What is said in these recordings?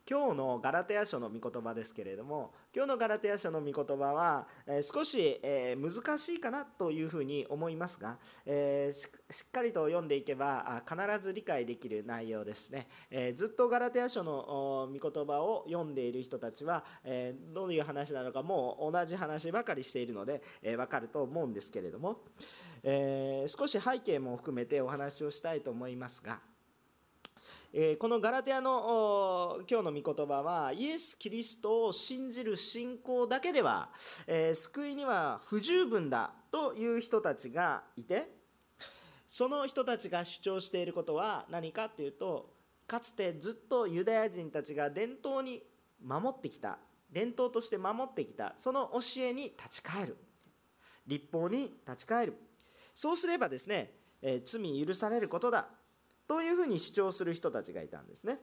今日のガラテヤ書の御言葉ですけれども、今日のガラテヤ書の御言葉は少し難しいかなというふうに思いますが、しっかりと読んでいけば必ず理解できる内容ですね。ずっとガラテヤ書の御言葉を読んでいる人たちはどういう話なのかもう同じ話ばかりしているので分かると思うんですけれども、少し背景も含めてお話をしたいと思いますが、このガラテヤの今日の御言葉は、イエス・キリストを信じる信仰だけでは、救いには不十分だという人たちがいて、その人たちが主張していることは何かというと、かつてずっとユダヤ人たちが伝統に守ってきた、伝統として守ってきたその教えに立ち返る、律法に立ち返る、そうすればですね、罪許されることだというふうに主張する人たちがいたんですね。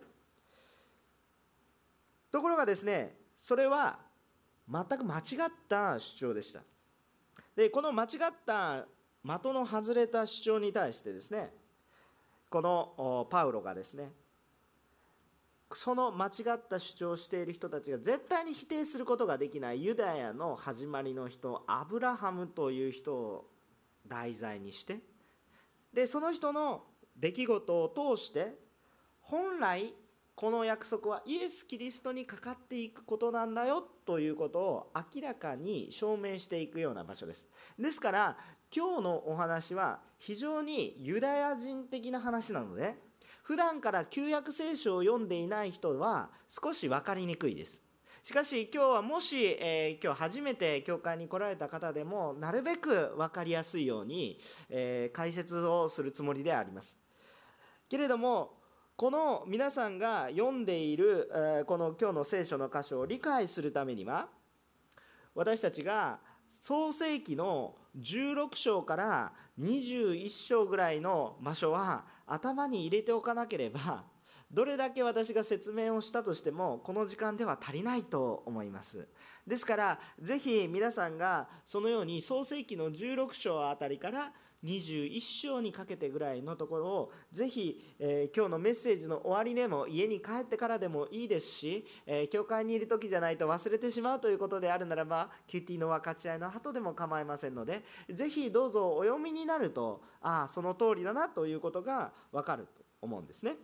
ところがですね、それは全く間違った主張でした。で、この間違った的の外れた主張に対してですね、このパウロがですね、その間違った主張をしている人たちが絶対に否定することができないユダヤの始まりの人、アブラハムという人を題材にして、でその人の出来事を通して本来この約束はイエス・キリストにかかっていくことなんだよということを明らかに証明していくような場所です。ですから今日のお話は非常にユダヤ人的な話なので、普段から旧約聖書を読んでいない人は少し分かりにくいです。しかし今日はもし、今日初めて教会に来られた方でもなるべく分かりやすいように、解説をするつもりであります。けれどもこの皆さんが読んでいる、この今日の聖書の箇所を理解するためには、私たちが創世記の16章から21章ぐらいの場所は頭に入れておかなければ、どれだけ私が説明をしたとしてもこの時間では足りないと思います。ですからぜひ皆さんがそのように創世記の16章あたりから21章にかけてぐらいのところをぜひ、今日のメッセージの終わりでも家に帰ってからでもいいですし、教会にいる時じゃないと忘れてしまうということであるならば QT の分かち合いの後でも構いませんので、ぜひどうぞお読みになると、その通りだなということが分かると思うんですね。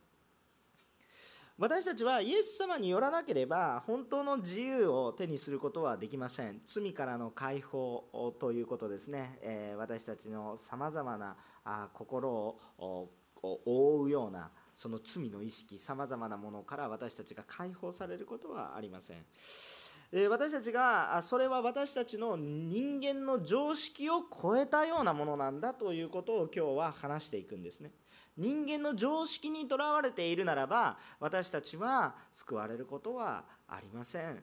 私たちはイエス様によらなければ本当の自由を手にすることはできません。罪からの解放ということですね。私たちのさまざまな心を覆うようなその罪の意識、さまざまなものから私たちが解放されることはありません。私たちがそれは私たちの人間の常識を超えたようなものなんだということを今日は話していくんですね。人間の常識にとらわれているならば私たちは救われることはありません。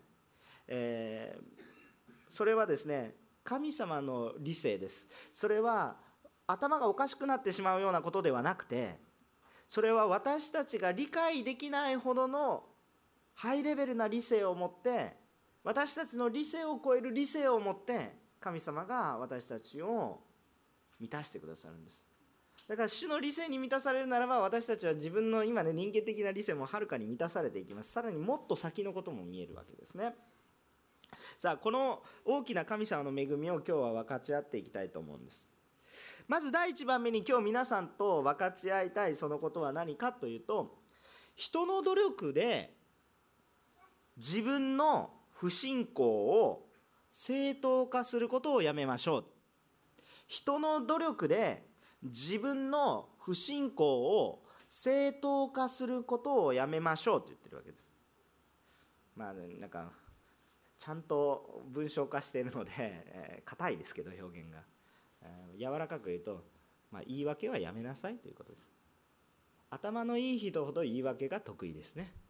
それはですね、神様の理性です。それは頭がおかしくなってしまうようなことではなくて、それは私たちが理解できないほどのハイレベルな理性を持って、私たちの理性を超える理性を持って神様が私たちを満たしてくださるんです。だから主の理性に満たされるならば私たちは自分の今ね人間的な理性もはるかに満たされていきます。さらにもっと先のことも見えるわけですね。さあこの大きな神様の恵みを今日は分かち合っていきたいと思うんです。まず第一番目に今日皆さんと分かち合いたいそのことは何かというと、人の努力で自分の不信仰を正当化することをやめましょう。人の努力で自分の不信仰を正当化することをやめましょうと言ってるわけです。なんかちゃんと文章化しているので硬いですけど表現が、柔らかく言うと、言い訳はやめなさいということです。頭のいい人ほど言い訳が得意ですね。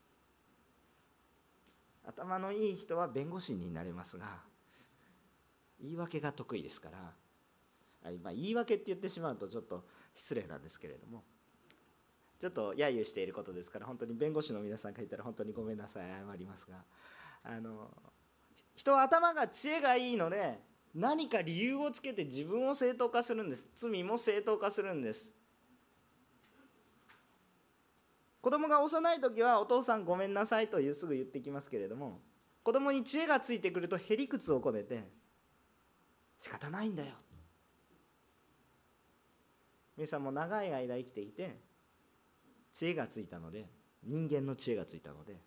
頭のいい人は弁護士になれますが言い訳が得意ですから、言い訳って言ってしまうとちょっと失礼なんですけれども、ちょっと揶揄していることですから本当に弁護士の皆さんがいたら本当にごめんなさい、謝りますが、人は頭が知恵がいいので何か理由をつけて自分を正当化するんです。罪も正当化するんです。 子供が幼い時はお父さんごめんなさいとすぐ言ってきますけれども、子供に知恵がついてくるとへりくつをこねて、仕方ないんだよ。皆さんも長い間生きていて知恵がついたので、人間の知恵がついたので、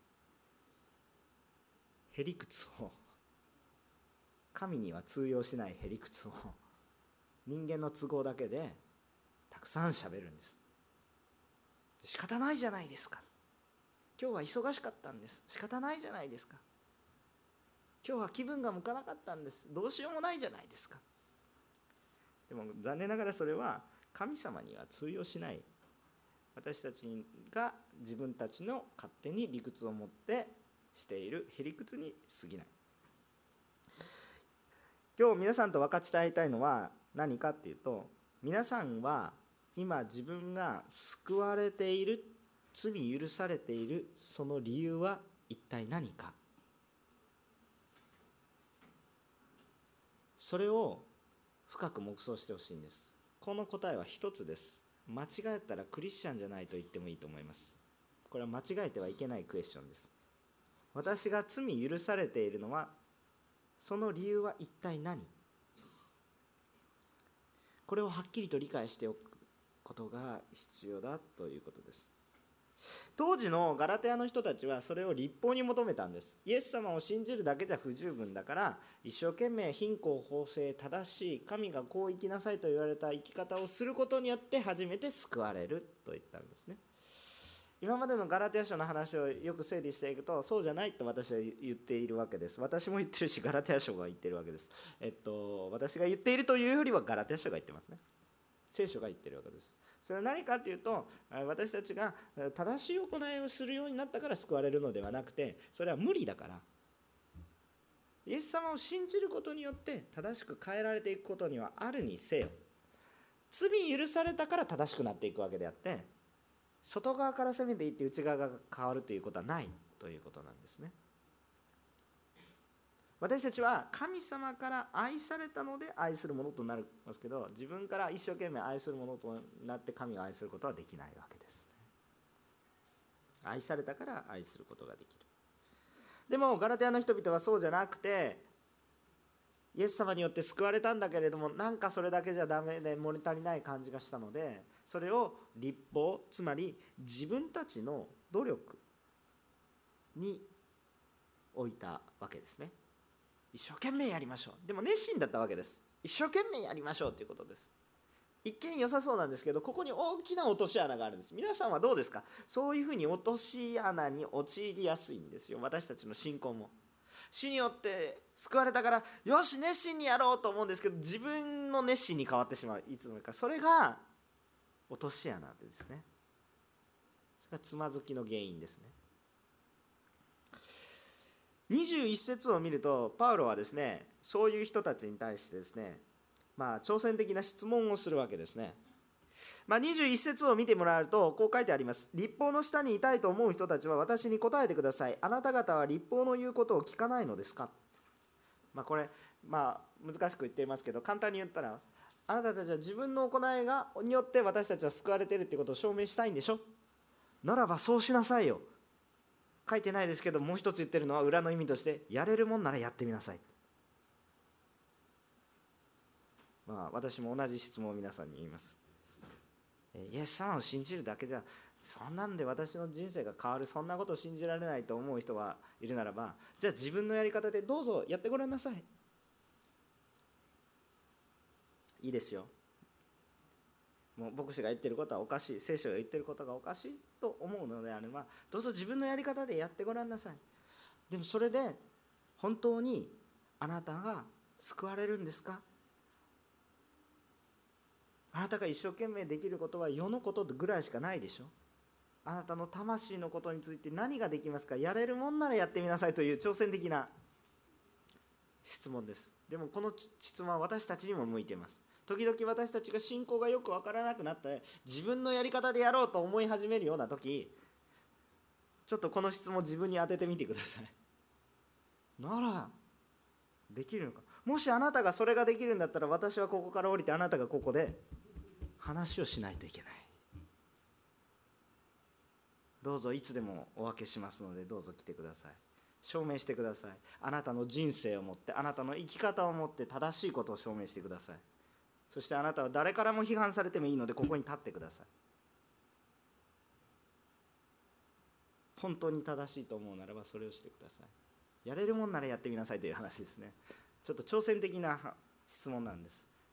へりくつを、神には通用しないへりくつを人間の都合だけでたくさん喋るんです。仕方ないじゃないですか、今日は忙しかったんです、仕方ないじゃないですか、今日は気分が向かなかったんです、どうしようもないじゃないですか。でも残念ながらそれは神様には通用しない、私たちが自分たちの勝手に理屈を持ってしているへりくつに過ぎない。今日皆さんと分かち合いたいのは何かっていうと、皆さんは今自分が救われている、罪許されているその理由は一体何か、それを深く黙想してほしいんです。この答えは一つです。間違えたらクリスチャンじゃないと言ってもいいと思います。これは間違えてはいけないクエスチョンです。私が罪許されているのは、その理由は一体何？これをはっきりと理解しておくことが必要だということです。当時のガラテヤの人たちはそれを律法に求めたんです。イエス様を信じるだけじゃ不十分だから、一生懸命貧困法制正しい、神がこう生きなさいと言われた生き方をすることによって初めて救われると言ったんですね。今までのガラテヤ書の話をよく整理していくと、そうじゃないと私は言っているわけです。私も言ってるし、ガラテヤ書が言ってるわけです。私が言っているというよりはガラテヤ書が言ってますね。聖書が言ってるわけです。それは何かというと、私たちが正しい行いをするようになったから救われるのではなくて、それは無理だから、イエス様を信じることによって正しく変えられていくことにはあるにせよ、罪許されたから正しくなっていくわけであって、外側から攻めていって内側が変わるということはないということなんですね。私たちは神様から愛されたので愛するものとなりますけど、自分から一生懸命愛するものとなって神を愛することはできないわけです。愛されたから愛することができる。でもガラテヤの人々はそうじゃなくて、イエス様によって救われたんだけれども、なんかそれだけじゃダメで物足りない感じがしたので、それを律法、つまり自分たちの努力に置いたわけですね。一生懸命やりましょう。でも熱心だったわけです。一生懸命やりましょうということです。一見良さそうなんですけど、ここに大きな落とし穴があるんです。皆さんはどうですか？そういうふうに落とし穴に陥りやすいんですよ。私たちの信仰も死によって救われたから、よし熱心にやろうと思うんですけど、自分の熱心に変わってしまう。いつの間にかそれが落とし穴ですね。それがつまずきの原因ですね。21節を見ると、パウロはですね、そういう人たちに対してですね、挑戦的な質問をするわけですね。21節を見てもらうとこう書いてあります。律法の下にいたいと思う人たちは私に答えてください。あなた方は律法の言うことを聞かないのですか？これ難しく言っていますけど、簡単に言ったら、あなたたちは自分の行いによって私たちは救われているということを証明したいんでしょ？ならばそうしなさいよ。書いてないですけど、もう一つ言ってるのは裏の意味として、やれるもんならやってみなさい。私も同じ質問を皆さんに言います。イエス様を信じるだけじゃ、そんなんで私の人生が変わる、そんなことを信じられないと思う人がいるならば、じゃあ自分のやり方でどうぞやってごらんなさい。いいですよ。もう牧師が言ってることはおかしい、聖書が言ってることがおかしいと思うのであれば、どうぞ自分のやり方でやってごらんなさい。でもそれで本当にあなたが救われるんですか？あなたが一生懸命できることは世のことぐらいしかないでしょ。あなたの魂のことについて何ができますか？やれるもんならやってみなさいという挑戦的な質問です。でもこの質問は私たちにも向いています。時々私たちが信仰がよく分からなくなって自分のやり方でやろうと思い始めるような時、ちょっとこの質問を自分に当ててみてください。ならできるのか。もしあなたがそれができるんだったら、私はここから降りてあなたがここで話をしないといけない。 どうぞいつでもお分けしますので、どうぞ来てください。証明してください。あなたの人生をもって、あなたの生き方をもって正しいことを証明してください。そしてあなたは誰からも批判されてもいいので、ここに立ってください。本当に正しいと思うならばそれをしてください。やれるもんならやってみなさいという話ですね。ちょっと挑戦的な質問なんです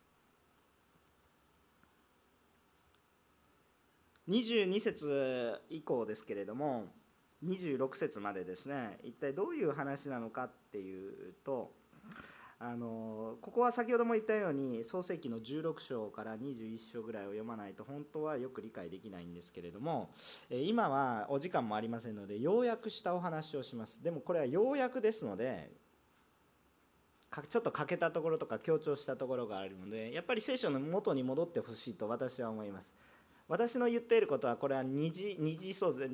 。22節以降ですけれども、26節までですね、一体どういう話なのかっていうと、ここは先ほども言ったように創世記の16章から21章ぐらいを読まないと本当はよく理解できないんですけれども、今はお時間もありませんので要約したお話をします。でもこれは要約ですので、ちょっと欠けたところとか強調したところがあるので、やっぱり聖書の元に戻ってほしいと私は思います。私の言っていることはこれは二次ソースで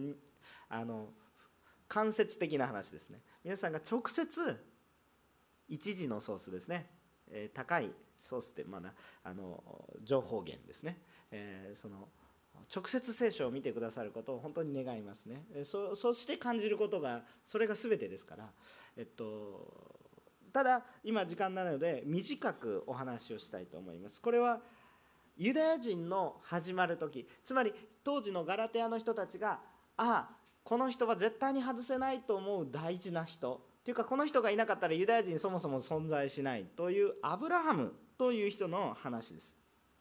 間接的な話ですね。皆さんが直接一次のソースですね、高いソースってまだ情報源ですね、その直接聖書を見てくださることを本当に願いますね。そして感じることがそれが全てですから、ただ今時間なので短くお話をしたいと思います。これはユダヤ人の始まる時、つまり当時のガラテヤの人たちが、この人は絶対に外せないと思う大事な人というか、この人がいなかったらユダヤ人そもそも存在しないというアブラハムという人の話です。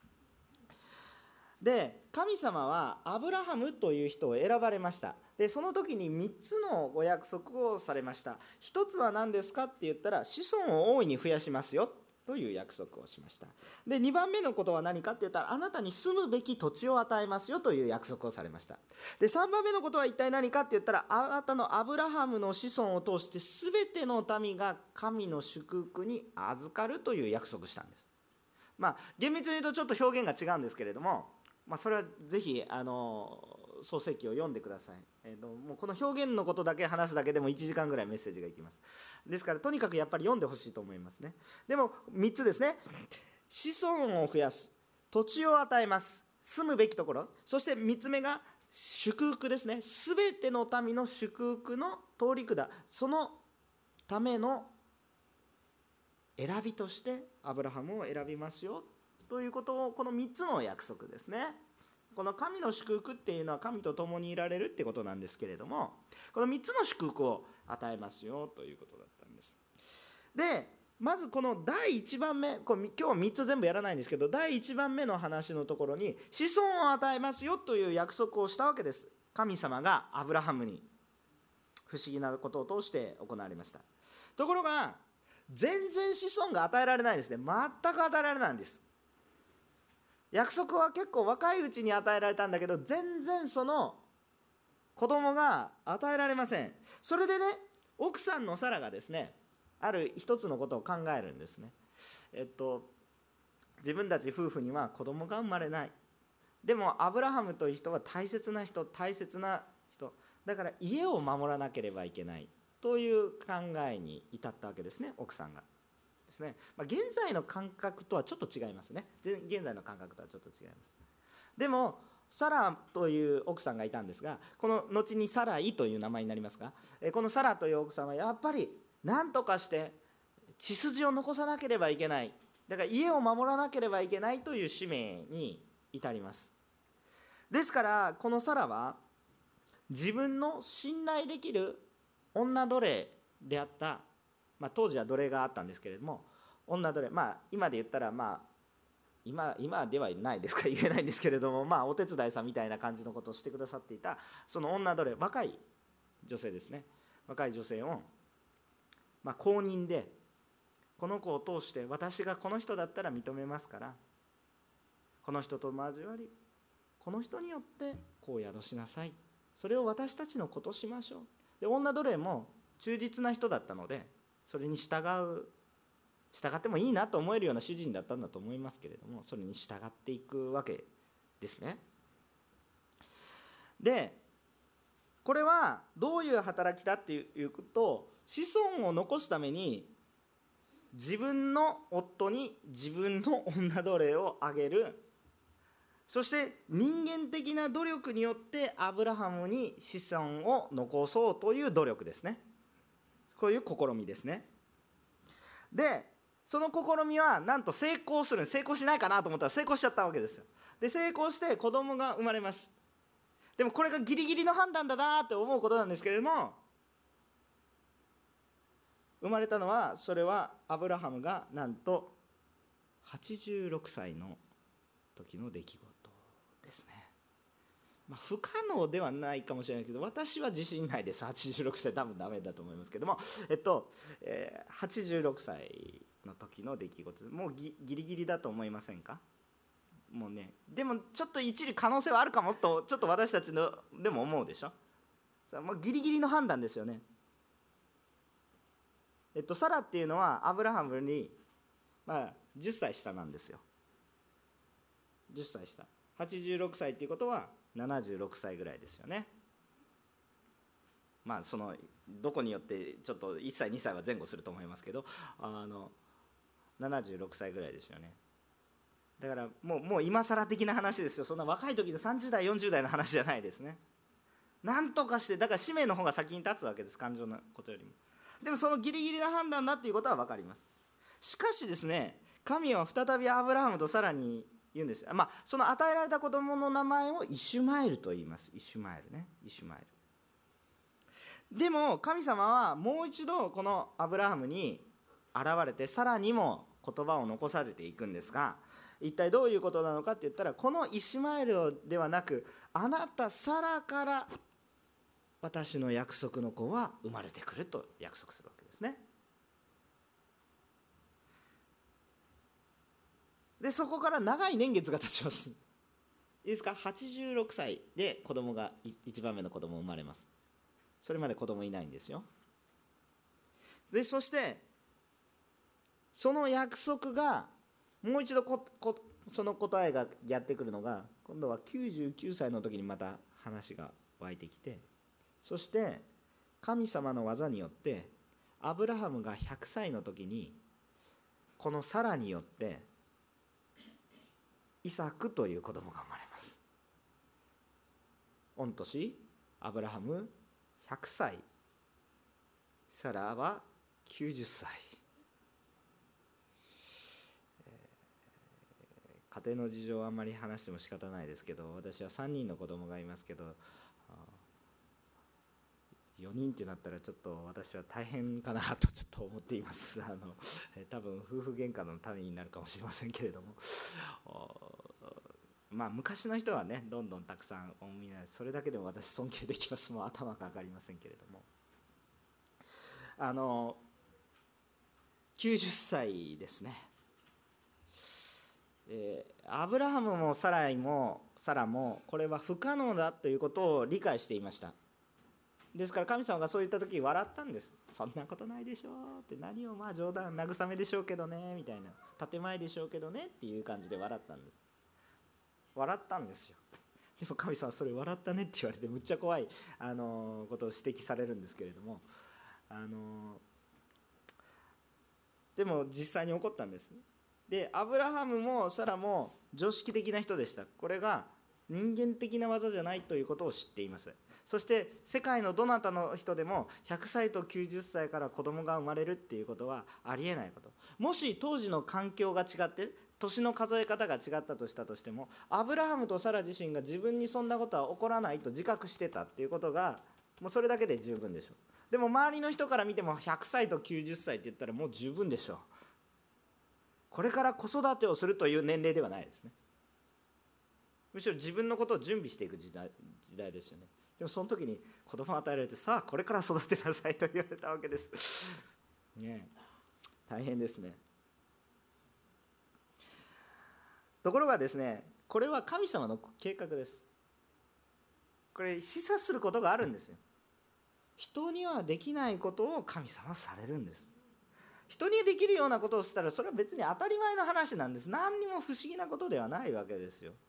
で、神様はアブラハムという人を選ばれました。でその時に3つのご約束をされました。一つは何ですかって言ったら、子孫を大いに増やしますよという約束をしました。で2番目のことは何かって言ったら、あなたに住むべき土地を与えますよという約束をされました。で3番目のことは一体何かって言ったら、あなたのアブラハムの子孫を通して全ての民が神の祝福に預かるという約束をしたんです。厳密に言うとちょっと表現が違うんですけれども、それはぜひ創世記を読んでください。もうこの表現のことだけ話すだけでも1時間ぐらいメッセージがいきます。ですからとにかくやっぱり読んでほしいと思いますね。でも3つですね。子孫を増やす、土地を与えます、住むべきところ、そして3つ目が祝福ですね。すべての民の祝福の通り下、そのための選びとしてアブラハムを選びますよということを、この3つの約束ですね。この神の祝福っていうのは神と共にいられるってことなんですけれども、この3つの祝福を与えますよということだったんです。でまずこの第1番目、今日は3つ全部やらないんですけど、第1番目の話のところに子孫を与えますよという約束をしたわけです。神様がアブラハムに不思議なことを通して行われました。ところが全然子孫が与えられないですね。全く与えられないんです。約束は結構若いうちに与えられたんだけど、全然その子供が与えられません。それでね、奥さんのサラがですね、ある一つのことを考えるんですね。自分たち夫婦には子供が生まれない。でもアブラハムという人は大切な人だから家を守らなければいけないという考えに至ったわけですね、奥さんがですね。現在の感覚とはちょっと違いますね。現在の感覚とはちょっと違います。でもサラという奥さんがいたんですが、この後にサライという名前になりますが、このサラという奥さんはやっぱり何とかして血筋を残さなければいけない、だから家を守らなければいけないという使命に至ります。ですからこのサラは自分の信頼できる女奴隷であった、当時は奴隷があったんですけれども、女奴隷、今で言ったら今ではないですから言えないんですけれども、お手伝いさんみたいな感じのことをしてくださっていたその女奴隷、若い女性ですね、若い女性を、公認でこの子を通して私がこの人だったら認めますから、この人と交わり、この人によって子を宿しなさい、それを私たちの子としましょう。で女奴隷も忠実な人だったので、それに従ってもいいなと思えるような主人だったんだと思いますけれども、それに従っていくわけですね。でこれはどういう働きだっていうと、子孫を残すために自分の夫に自分の女奴隷をあげるそして人間的な努力によってアブラハムに子孫を残そうという努力ですね。こういう試みですね。でその試みはなんと成功しないかなと思ったら成功しちゃったわけですよ。で成功して子供が生まれます。でもこれがギリギリの判断だなって思うことなんですけれども、生まれたのはそれはアブラハムがなんと86歳の時の出来事ですね。不可能ではないかもしれないけど、私は自信ないです。86歳多分ダメだと思いますけども、86歳の時の出来事、もうギリギリだと思いませんか？もうね、でもちょっと一理可能性はあるかもとちょっと私たちのでも思うでしょ。もうギリギリの判断ですよね。サラっていうのはアブラハムに、10歳下なんですよ。10歳下、86歳っていうことは76歳ぐらいですよね。そのどこによってちょっと1歳2歳は前後すると思いますけど、76歳ぐらいですよね。だからもう今更的な話ですよ。そんな若い時で30代40代の話じゃないですね。なんとかして、だから使命の方が先に立つわけです、感情のことよりも。でもそのギリギリな判断だっていうことは分かります。しかしですね、神は再びアブラハムとサラに言うんです。その与えられた子供の名前をイシュマエルと言います。イシュマエルね、イシュマエル。でも神様はもう一度このアブラハムに現れて、サラにも言葉を残されていくんですが、一体どういうことなのかって言ったら、このイシュマエルではなく、あなたサラから私の約束の子は生まれてくると約束するわけですね。でそこから長い年月が経ちます。いいですか。86歳で子供が1番目の子供生まれます。それまで子供いないんですよ。でそしてその約束がもう一度その答えがやってくるのが、今度は99歳の時にまた話が湧いてきて、そして神様の技によってアブラハムが100歳の時にこのサラによってイサクという子供が生まれます。御年アブラハム100歳、サラは90歳。家庭の事情はあんまり話しても仕方ないですけど、私は3人の子供がいますけど、4人ってなったらちょっと私は大変かなとちょっと思っています。多分夫婦喧嘩の種になるかもしれませんけれども、昔の人はね、どんどんたくさんお産みになる。それだけでも私尊敬できます。もう頭が上がりませんけれども、90歳ですね。アブラハムもサラもこれは不可能だということを理解していました。ですから神様がそう言った時笑ったんです。そんなことないでしょって、何を冗談慰めでしょうけどねみたいな、建前でしょうけどねっていう感じで笑ったんです。笑ったんですよ。でも神様はそれ笑ったねって言われてむっちゃ怖いことを指摘されるんですけれども、でも実際に起こったんです。でアブラハムもサラも常識的な人でした。これが人間的な技じゃないということを知っています。そして世界のどなたの人でも100歳と90歳から子供が生まれるっていうことはありえないこと。もし当時の環境が違って年の数え方が違ったとしたとしても、アブラハムとサラ自身が自分にそんなことは起こらないと自覚してたっていうことがもうそれだけで十分でしょう。でも周りの人から見ても100歳と90歳って言ったらもう十分でしょう。これから子育てをするという年齢ではないですね。むしろ自分のことを準備していく時代ですよね。でもその時に子供を与えられて、さあこれから育てなさいと言われたわけですね。大変ですね。ところがですね、これは神様の計画です。これ示唆することがあるんですよ。人にはできないことを神様はされるんです。人にできるようなことをしたらそれは別に当たり前の話なんです。何にも不思議なことではないわけですよ。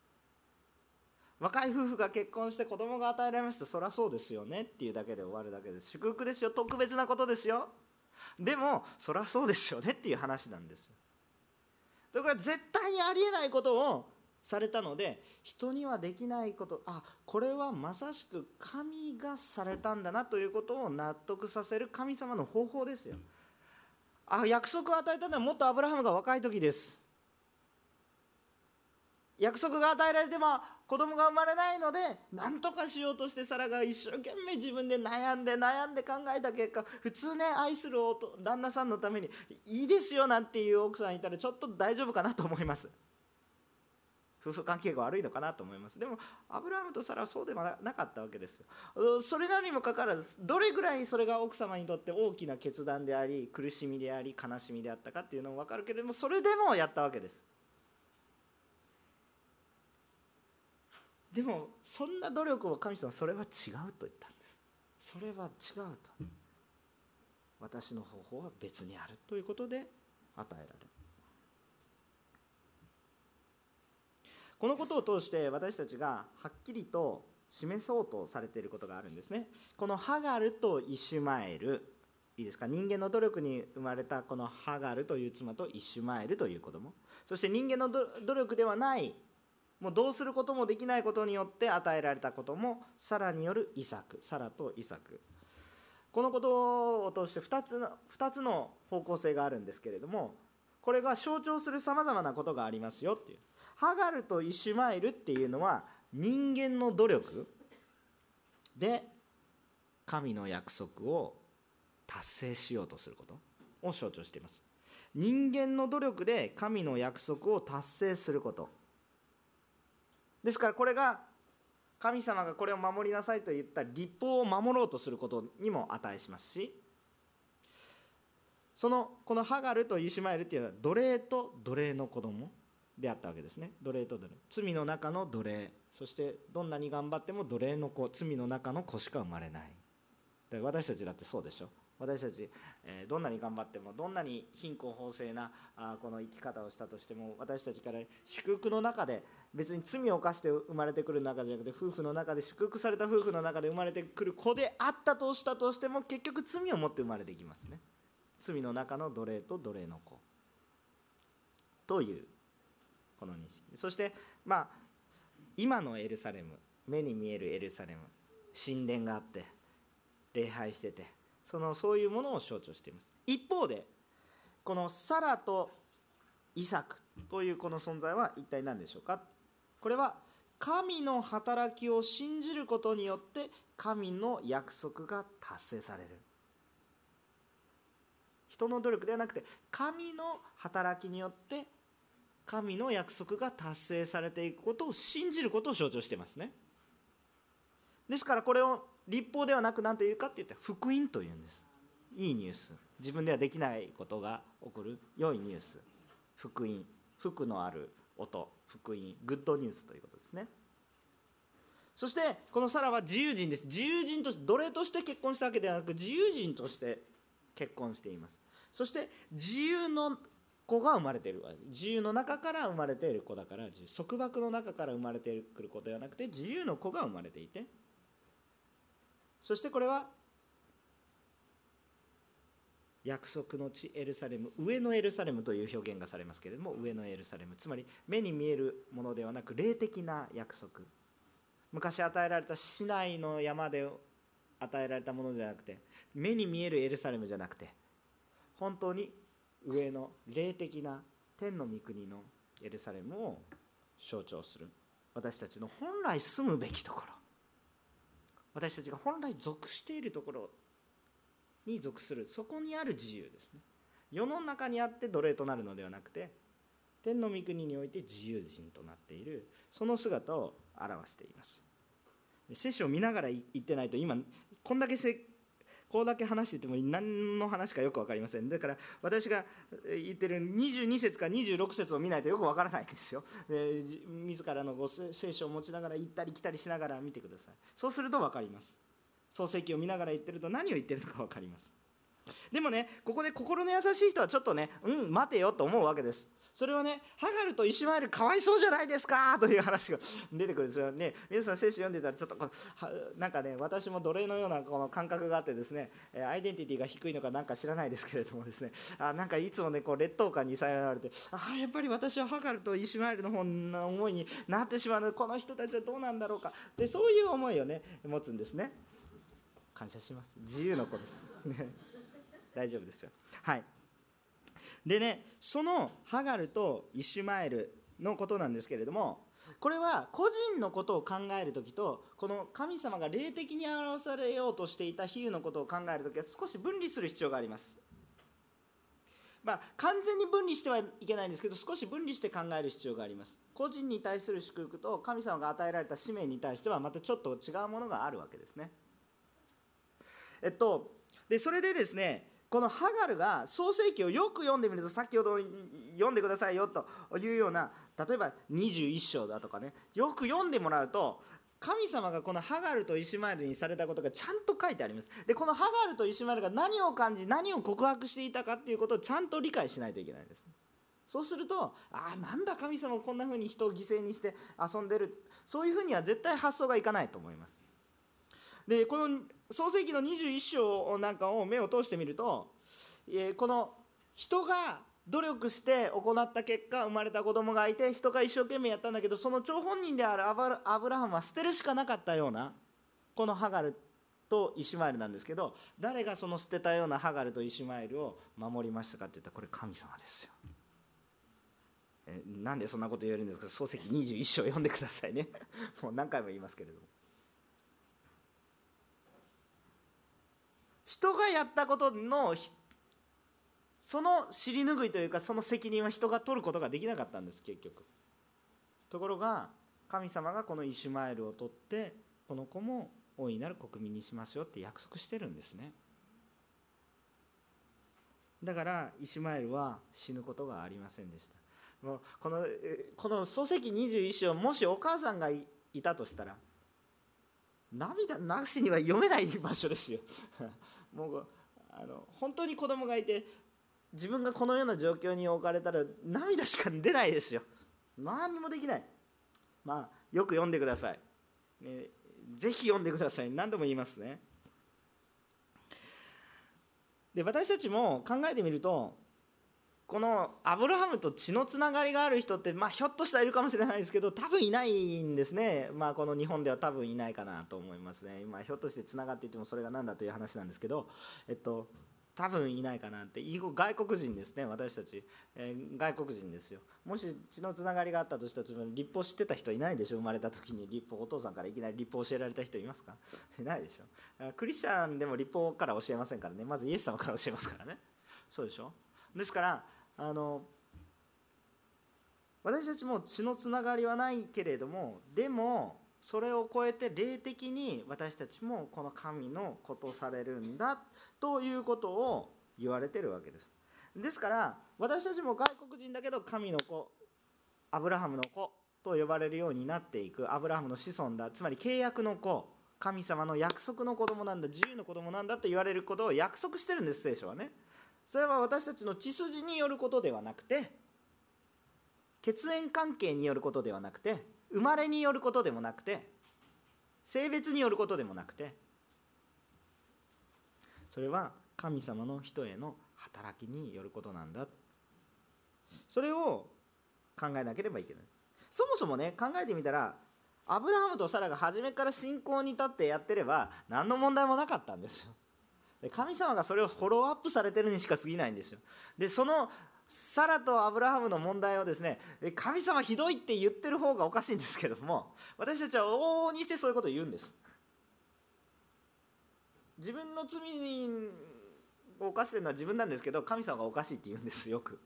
若い夫婦が結婚して子供が与えられました。そりゃそうですよねっていうだけで終わるだけです。祝福ですよ、特別なことですよ。でもそりゃそうですよねっていう話なんですよ。だから絶対にありえないことをされたので、人にはできないこと、これはまさしく神がされたんだなということを納得させる神様の方法ですよ。約束を与えたのはもっとアブラハムが若い時です。約束が与えられても子供が生まれないので、何とかしようとしてサラが一生懸命自分で悩んで考えた結果、普通ね、愛する旦那さんのためにいいですよなんていう奥さんいたらちょっと大丈夫かなと思います。夫婦関係が悪いのかなと思います。でもアブラハムとサラはそうではなかったわけですよ。それなりにもかかわらず、どれぐらいそれが奥様にとって大きな決断であり、苦しみであり、悲しみであったかっていうのも分かるけれども、それでもやったわけです。でもそんな努力を神様はそれは違うと言ったんです。それは違うと、私の方法は別にあるということで与えられる。このことを通して私たちがはっきりと示そうとされていることがあるんですね。このハガルとイシュマエル、いいですか、人間の努力に生まれたこのハガルという妻とイシュマエルという子供、そして人間の努力ではない、もうどうすることもできないことによって与えられたことも、サラによるイサク、サラとイサク、このことを通して2つの方向性があるんですけれども、これが象徴するさまざまなことがありますよっていう。ハガルとイシュマエルっていうのは人間の努力で神の約束を達成しようとすることを象徴しています。人間の努力で神の約束を達成することですから、これが神様がこれを守りなさいと言った律法を守ろうとすることにも値しますし、このハガルとイシュマエルっていうのは奴隷と奴隷の子供であったわけですね。奴隷と奴隷、罪の中の奴隷、そしてどんなに頑張っても奴隷の子、罪の中の子しか生まれない。私たちだってそうでしょ。私たち、どんなに頑張っても、どんなに貧困法制なこの生き方をしたとしても、私たちから祝福の中で、別に罪を犯して生まれてくる中じゃなくて、夫婦の中で祝福された夫婦の中で生まれてくる子であったとしたとしても、結局罪を持って生まれていきますね。罪の中の奴隷と奴隷の子というこの認識。そして今のエルサレム、目に見えるエルサレム、神殿があって礼拝してて、そういうものを象徴しています。一方でこのサラとイサクというこの存在は一体何でしょうか。これは神の働きを信じることによって神の約束が達成される。人の努力ではなくて神の働きによって神の約束が達成されていくことを信じることを象徴していますね。ですからこれを律法ではなく何というかって言ったら福音というんです。いいニュース、自分ではできないことが起こる良いニュース、福音、福のある音、福音、グッドニュースということですね。そしてこのサラは自由人です。自由人として、奴隷として結婚したわけではなく自由人として結婚しています。そして自由の子が生まれている、自由の中から生まれている子だから、束縛の中から生まれてくる子ではなくて自由の子が生まれていて、そしてこれは約束の地エルサレム、上のエルサレムという表現がされますけれども、上のエルサレム、つまり目に見えるものではなく霊的な約束、昔与えられたシナイの山で与えられたものじゃなくて、目に見えるエルサレムじゃなくて、本当に上の霊的な天の御国のエルサレムを象徴する、私たちの本来住むべきところ、私たちが本来属しているところに属する、そこにある自由ですね。世の中にあって奴隷となるのではなくて、天の御国において自由人となっている、その姿を表しています。聖書を見ながら言ってないと、今こんだけ話してても何の話かよく分かりません。だから私が言ってる22節か26節を見ないとよく分からないんですよ。自らの聖書を持ちながら行ったり来たりしながら見てください。そうすると分かります。創世記を見ながら言ってると何を言ってるのか分かります。 でもね、ここで心の優しい人はちょっとね、待てよと思うわけです。それはね、ハガルとイシュマエルかわいそうじゃないですかという話が出てくるんですよね。皆さん聖書読んでたらちょっとなんかね、私も奴隷のようなこの感覚があってですね、アイデンティティが低いのかなんか知らないですけれどもですね、なんかいつもねこう劣等感にさられて、やっぱり私はハガルとイシュマエルの方の思いになってしまう、この人たちはどうなんだろうかで、そういう思いをね持つんですね。感謝します。自由の子です大丈夫ですよ。はい。でね、そのハガルとイシュマエルのことなんですけれども、これは個人のことを考えるときと、この神様が霊的に表されようとしていた比喩のことを考えるときは少し分離する必要があります。完全に分離してはいけないんですけど、少し分離して考える必要があります。個人に対する祝福と神様が与えられた使命に対してはまたちょっと違うものがあるわけですね。でそれでですね、このハガルが創世記をよく読んでみると、先ほど読んでくださいよというような、例えば21章だとかね、よく読んでもらうと、神様がこのハガルとイシュマエルにされたことがちゃんと書いてあります。でこのハガルとイシュマエルが何を感じ、何を告白していたかっていうことをちゃんと理解しないといけないです。そうすると、なんだ神様こんな風に人を犠牲にして遊んでる、そういう風には絶対発想がいかないと思います。でこの創世記の21章なんかを目を通してみると、この人が努力して行った結果生まれた子供がいて、人が一生懸命やったんだけど、その張本人であるアブラハムは捨てるしかなかったようなこのハガルとイシュマエルなんですけど、誰がその捨てたようなハガルとイシュマエルを守りましたかっていったら、これ神様ですよ。なんでそんなこと言えるんですか。創世記21章読んでくださいねもう何回も言いますけれども、人がやったことのその尻拭いというか、その責任は人が取ることができなかったんです結局。ところが神様がこのイシュマエルを取って、この子も大いなる国民にしますよって約束してるんですね。だからイシュマエルは死ぬことがありませんでした。もうこの創世記21章、もしお母さんが いたとしたら涙なしには読めない場所ですよもう本当に子供がいて、自分がこのような状況に置かれたら涙しか出ないですよ。何にもできない。よく読んでください、ぜひ読んでください。何度も言いますね。で私たちも考えてみると、このアブラハムと血のつながりがある人って、ひょっとしたらいるかもしれないですけど、多分いないんですね。この日本では多分いないかなと思いますね。ひょっとしてつながっていてもそれが何だという話なんですけど、多分いないかなって。外国人ですね、私たち、外国人ですよ。もし血のつながりがあったとしたら、立法知ってた人いないでしょ。生まれた時に立法、お父さんからいきなり立法教えられた人いますかいないでしょ。クリスチャンでも立法から教えませんからね。まずイエス様から教えますからね。そうでしょ。ですから私たちも血のつながりはないけれども、でもそれを超えて霊的に私たちもこの神の子とされるんだということを言われてるわけです。ですから私たちも外国人だけど神の子、アブラハムの子と呼ばれるようになっていく、アブラハムの子孫だ、つまり契約の子、神様の約束の子供なんだ、自由の子供なんだと言われることを約束してるんです、聖書はね。それは私たちの血筋によることではなくて、血縁関係によることではなくて、生まれによることでもなくて、性別によることでもなくて、それは神様の人への働きによることなんだ。それを考えなければいけない。そもそもね、考えてみたら、アブラハムとサラが初めから信仰に立ってやってれば何の問題もなかったんですよ。神様がそれをフォローアップされてるにしか過ぎないんですよ。でそのサラとアブラハムの問題をですね、神様ひどいって言ってる方がおかしいんですけども、私たちは往々にしてそういうことを言うんです。自分の罪を犯してるのは自分なんですけど、神様がおかしいって言うんですよく。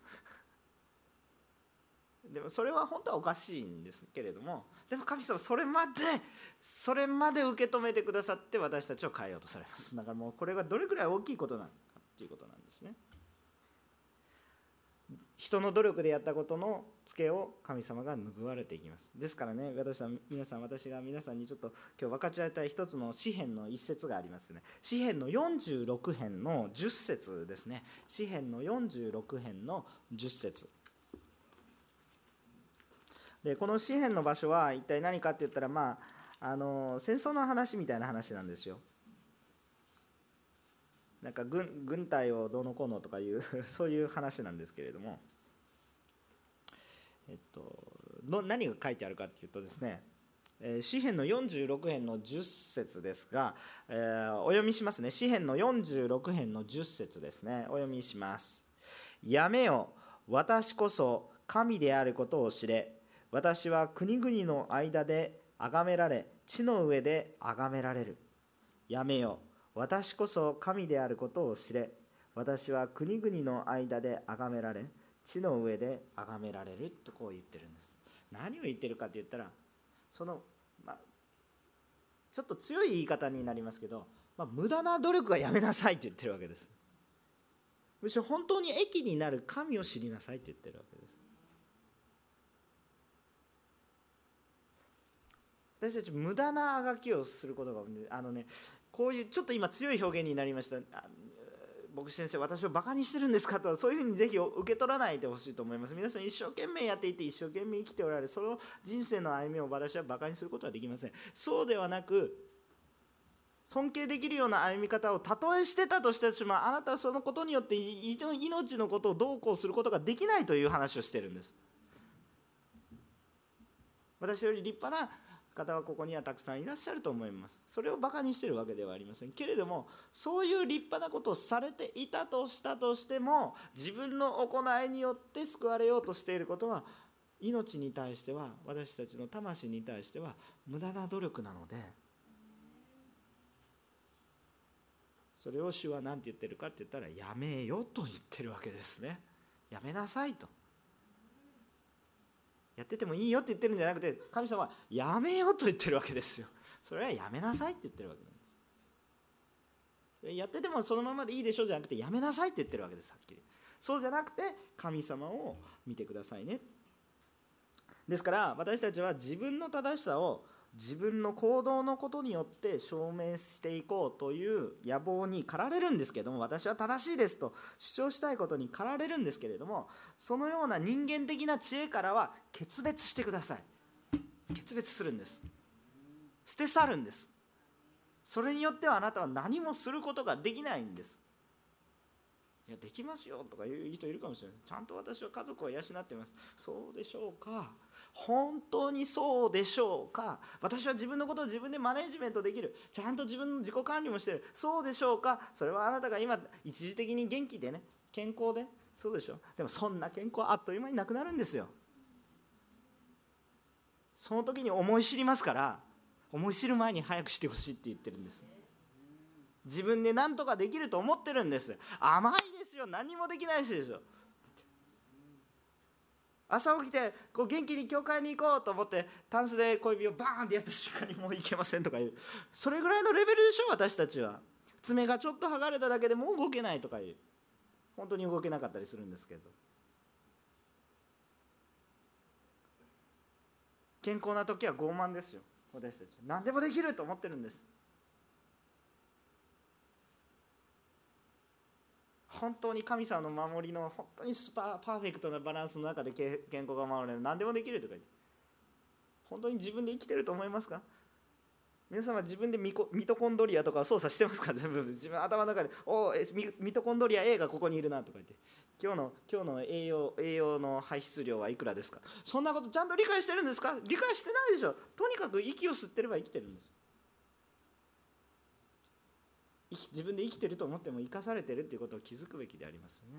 でもそれは本当はおかしいんですけれども、でも神様それまで受け止めてくださって私たちを変えようとされます。だからもうこれがどれくらい大きいことなのかっていうことなんですね。 人の努力でやったことのツケを神様が拭われていきます。ですからね、私が皆さんにちょっと今日分かち合いたい一つの詩編の一節がありますね。詩編の46編の10節ですね。詩編の46編の10節で、この詩編の場所は一体何かって言ったら、戦争の話みたいな話なんですよ。なんか軍隊をどうのこうのとかいうそういう話なんですけれども、何が書いてあるかっていうとですね、詩編の46編の10節ですが、お読みしますね。詩編の46編の10節ですね。お読みします。やめよ、私こそ神であることを知れ。私は国々の間で崇められ、地の上で崇められる。やめよ、私こそ神であることを知れ。私は国々の間で崇められ、地の上で崇められるとこう言ってるんです。何を言ってるかと言ったら、ちょっと強い言い方になりますけど、無駄な努力はやめなさいと言ってるわけです。むしろ本当に益になる神を知りなさいと言ってるわけです。私たち無駄なあがきをすることがこういうちょっと今強い表現になりました。牧師先生、私をバカにしてるんですかと、そういうふうにぜひ受け取らないでほしいと思います。皆さん一生懸命やっていて、一生懸命生きておられる、その人生の歩みを私はバカにすることはできません。そうではなく、尊敬できるような歩み方をたとえしてたとしても、あなたはそのことによって命のことをどうこうすることができないという話をしてるんです。私より立派な方はここにはたくさんいらっしゃると思います。それをバカにしているわけではありませんけれども、そういう立派なことをされていたとしたとしても、自分の行いによって救われようとしていることは、命に対しては、私たちの魂に対しては無駄な努力なので、それを主は何て言ってるかって言ったら、やめよと言ってるわけですね。やめなさいと。やっててもいいよって言ってるんじゃなくて、神様はやめようと言ってるわけですよ。それはやめなさいって言ってるわけなんです。やっててもそのままでいいでしょじゃなくて、やめなさいって言ってるわけです。はっきりそうじゃなくて、神様を見てくださいね。ですから私たちは自分の正しさを自分の行動のことによって証明していこうという野望に駆られるんですけれども、私は正しいですと主張したいことに駆られるんですけれども、そのような人間的な知恵からは決別してください。決別するんです。捨て去るんです。それによってはあなたは何もすることができないんです。いや、できますよとか言う人いるかもしれない。ちゃんと私は家族を養っています。そうでしょうか。本当にそうでしょうか。私は自分のことを自分でマネジメントできる。ちゃんと自分の自己管理もしている。そうでしょうか。それはあなたが今一時的に元気でね、健康で、そうでしょ。でもそんな健康はあっという間になくなるんですよ。その時に思い知りますから、思い知る前に早くしてほしいって言ってるんです。自分で何とかできると思ってるんです。甘いですよ。何もできないしでしょ。朝起きて元気に教会に行こうと思ってタンスで小指をバーンってやった瞬間にもういけませんとかいう、それぐらいのレベルでしょ。私たちは爪がちょっと剥がれただけでもう動けないとかいう、本当に動けなかったりするんですけど、健康な時は傲慢ですよ。私たち何でもできると思ってるんです。本当に神様の守りの本当にパーフェクトなバランスの中で健康が守れる、何でもできるとか言って、本当に自分で生きてると思いますか。皆様自分でミトコンドリアとか操作してますか。全部自分頭の中でミトコンドリア A がここにいるなとか言って、今日の栄養の排出量はいくらですか。そんなことちゃんと理解してるんですか。理解してないでしょ。とにかく息を吸ってれば生きてるんです。自分で生きてると思っても生かされてるっていうことを気づくべきでありますよね。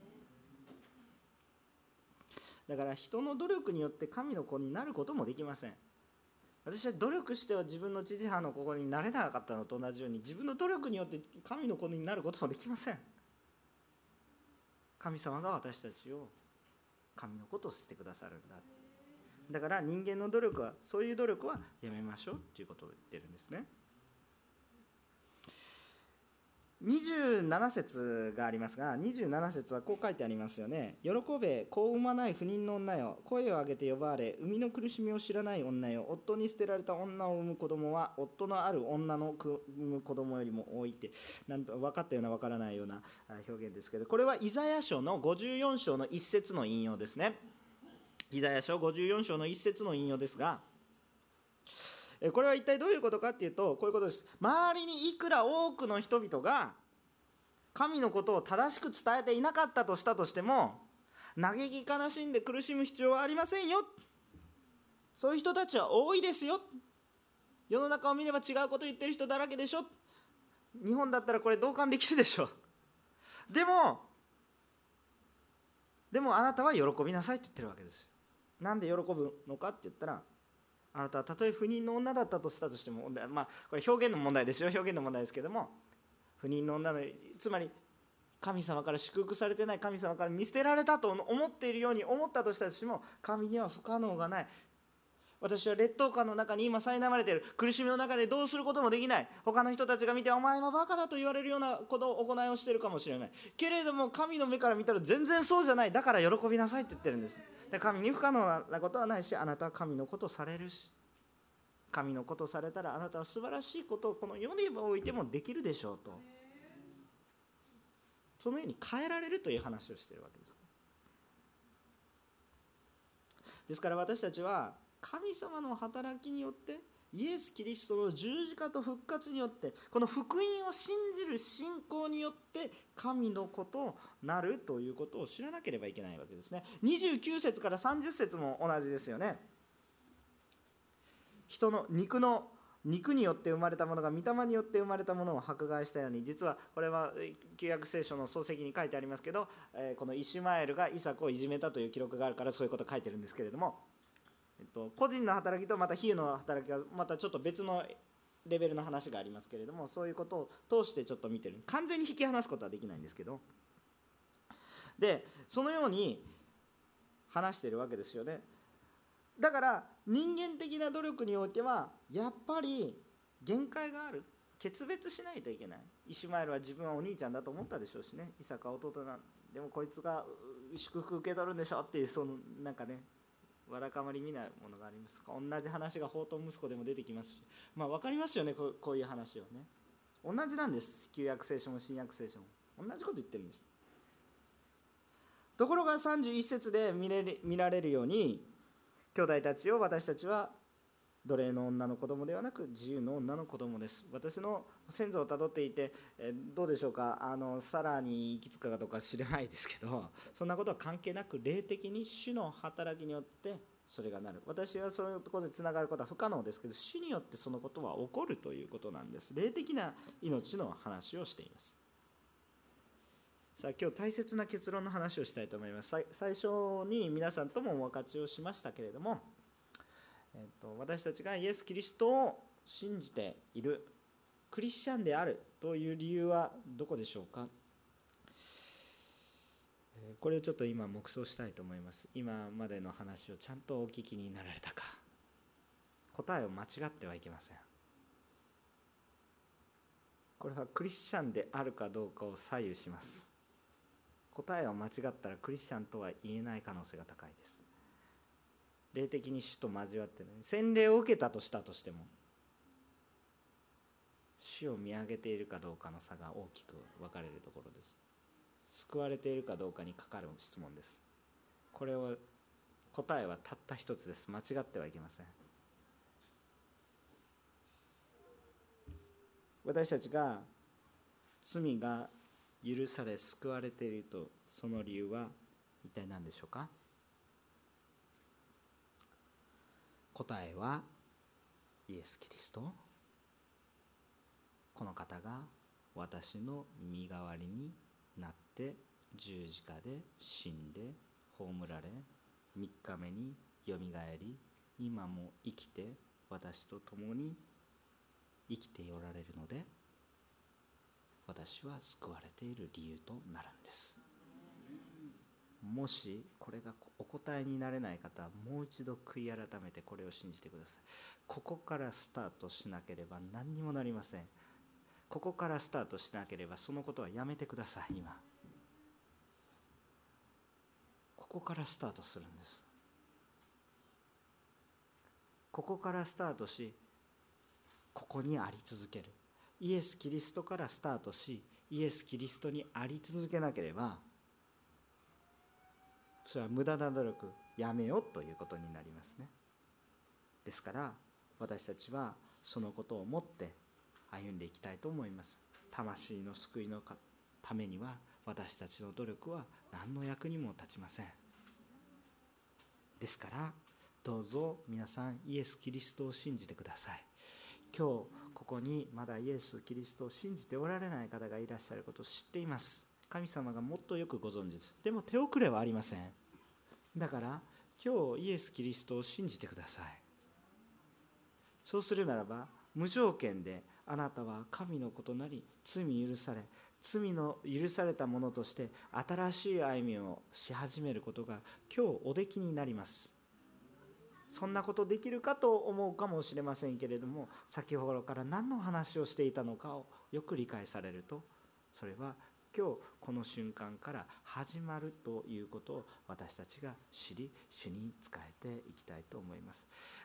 だから人の努力によって神の子になることもできません。私は努力しては自分の父母の子になれなかったのと同じように、自分の努力によって神の子になることもできません。神様が私たちを神の子としてくださるんだ。だから人間の努力は、そういう努力はやめましょうっていうことを言ってるんですね。 27節がありますが、27節はこう書いてありますよね。喜べ、子を産まない不妊の女よ、声を上げて呼ばわれ、産みの苦しみを知らない女よ、夫に捨てられた女を産む子供は夫のある女の産む子供よりも多いって、なんと分かったような分からないような表現ですけど、これはイザヤ書の54章の一節の引用ですね。イザヤ書54章の一節の引用ですが、これは一体どういうことかっていうと、こういうことです。周りにいくら多くの人々が神のことを正しく伝えていなかったとしたとしても、嘆き悲しんで苦しむ必要はありませんよ。そういう人たちは多いですよ。世の中を見れば違うこと言ってる人だらけでしょ。日本だったらこれ同感できるでしょ。でもあなたは喜びなさいって言ってるわけですよ。なんで喜ぶのかって言ったら、あなたはたとえ不妊の女だったとしたとしても、これ表現の問題ですよ。表現の問題ですけども、不妊の女の、つまり神様から祝福されてない、神様から見捨てられたと思っているように思ったとしたとしても、神には不可能がない。私は劣等感の中に今苛まれている。苦しみの中でどうすることもできない。他の人たちが見てお前はバカだと言われるようなことを行いをしているかもしれないけれども、神の目から見たら全然そうじゃない。だから喜びなさいって言ってるんです。で、神に不可能なことはないし、あなたは神のことされるし、神のことされたらあなたは素晴らしいことをこの世においてもできるでしょうと、そのように変えられるという話をしているわけです。ですから私たちは神様の働きによって、イエス・キリストの十字架と復活によって、この福音を信じる信仰によって神の子となるということを知らなければいけないわけですね。29節から30節も同じですよね。人の肉によって生まれたものが御霊によって生まれたものを迫害したように、実はこれは旧約聖書の漱石に書いてありますけど、このイシュマエルがイサクをいじめたという記録があるからそういうことを書いてるんですけれども、個人の働きとまた比喩の働きがまたちょっと別のレベルの話がありますけれども、そういうことを通してちょっと見てる。完全に引き離すことはできないんですけど、でそのように話しているわけですよね。だから人間的な努力においてはやっぱり限界がある。決別しないといけない。イシュマエルは自分はお兄ちゃんだと思ったでしょうしね。イサクは弟なんでもこいつが祝福受け取るんでしょっていう、そのなんかね、わだかまりみないものがあります。同じ話が放蕩息子でも出てきますし、分かりますよね、こういう話をね。同じなんです。旧約聖書も新約聖書も同じこと言ってるんです。ところが31節で見られるように、兄弟たちを、私たちは奴隷の女の子供ではなく自由の女の子供です。私の先祖をたどっていて、どうでしょうか、さらに行き着くかどうか知らないですけど、そんなことは関係なく霊的に主の働きによってそれがなる。私はそういうところでつながることは不可能ですけど、主によってそのことは起こるということなんです。霊的な命の話をしています。さあ、今日大切な結論の話をしたいと思います。最初に皆さんともお分かちをしましたけれども、私たちがイエス・キリストを信じているクリスチャンであるという理由はどこでしょうか。これをちょっと今黙想したいと思います。今までの話をちゃんとお聞きになられたか。答えを間違ってはいけません。これはクリスチャンであるかどうかを左右します。答えを間違ったらクリスチャンとは言えない可能性が高いです。霊的に主と交わっている、洗礼を受けたとしたとしても、主を見上げているかどうかの差が大きく分かれるところです。救われているかどうかにかかる質問です。これは答えはたった一つです。間違ってはいけません。私たちが罪が許され救われていると、その理由は一体何でしょうか。答えはイエス・キリスト。この方が私の身代わりになって十字架で死んで葬られ、3日目によみがえり、今も生きて私と共に生きておられるので、私は救われている理由となるんです。もしこれがお答えになれない方は、もう一度悔い改めてこれを信じてください。ここからスタートしなければ何にもなりません。 ここからスタートしなければそのことはやめてください。今ここからスタートするんです。ここからスタートし、ここにあり続ける。イエス・キリストからスタートし、イエス・キリストにあり続けなければ、それは無駄な努力やめようということになりますね。ですから私たちはそのことを持って歩んでいきたいと思います。魂の救いのためには私たちの努力は何の役にも立ちません。ですからどうぞ皆さんイエス・キリストを信じてください。今日ここにまだイエス・キリストを信じておられない方がいらっしゃることを知っています。神様がもっとよくご存知です。でも手遅れはありません。だから今日イエス・キリストを信じてください。そうするならば無条件であなたは神の子となり、罪許され、罪の許されたものとして新しい歩みをし始めることが今日おできになります。そんなことできるかと思うかもしれませんけれども、先ほどから何の話をしていたのかをよく理解されると、それは今日この瞬間から始まるということを私たちが知り、主に仕えていきたいと思います。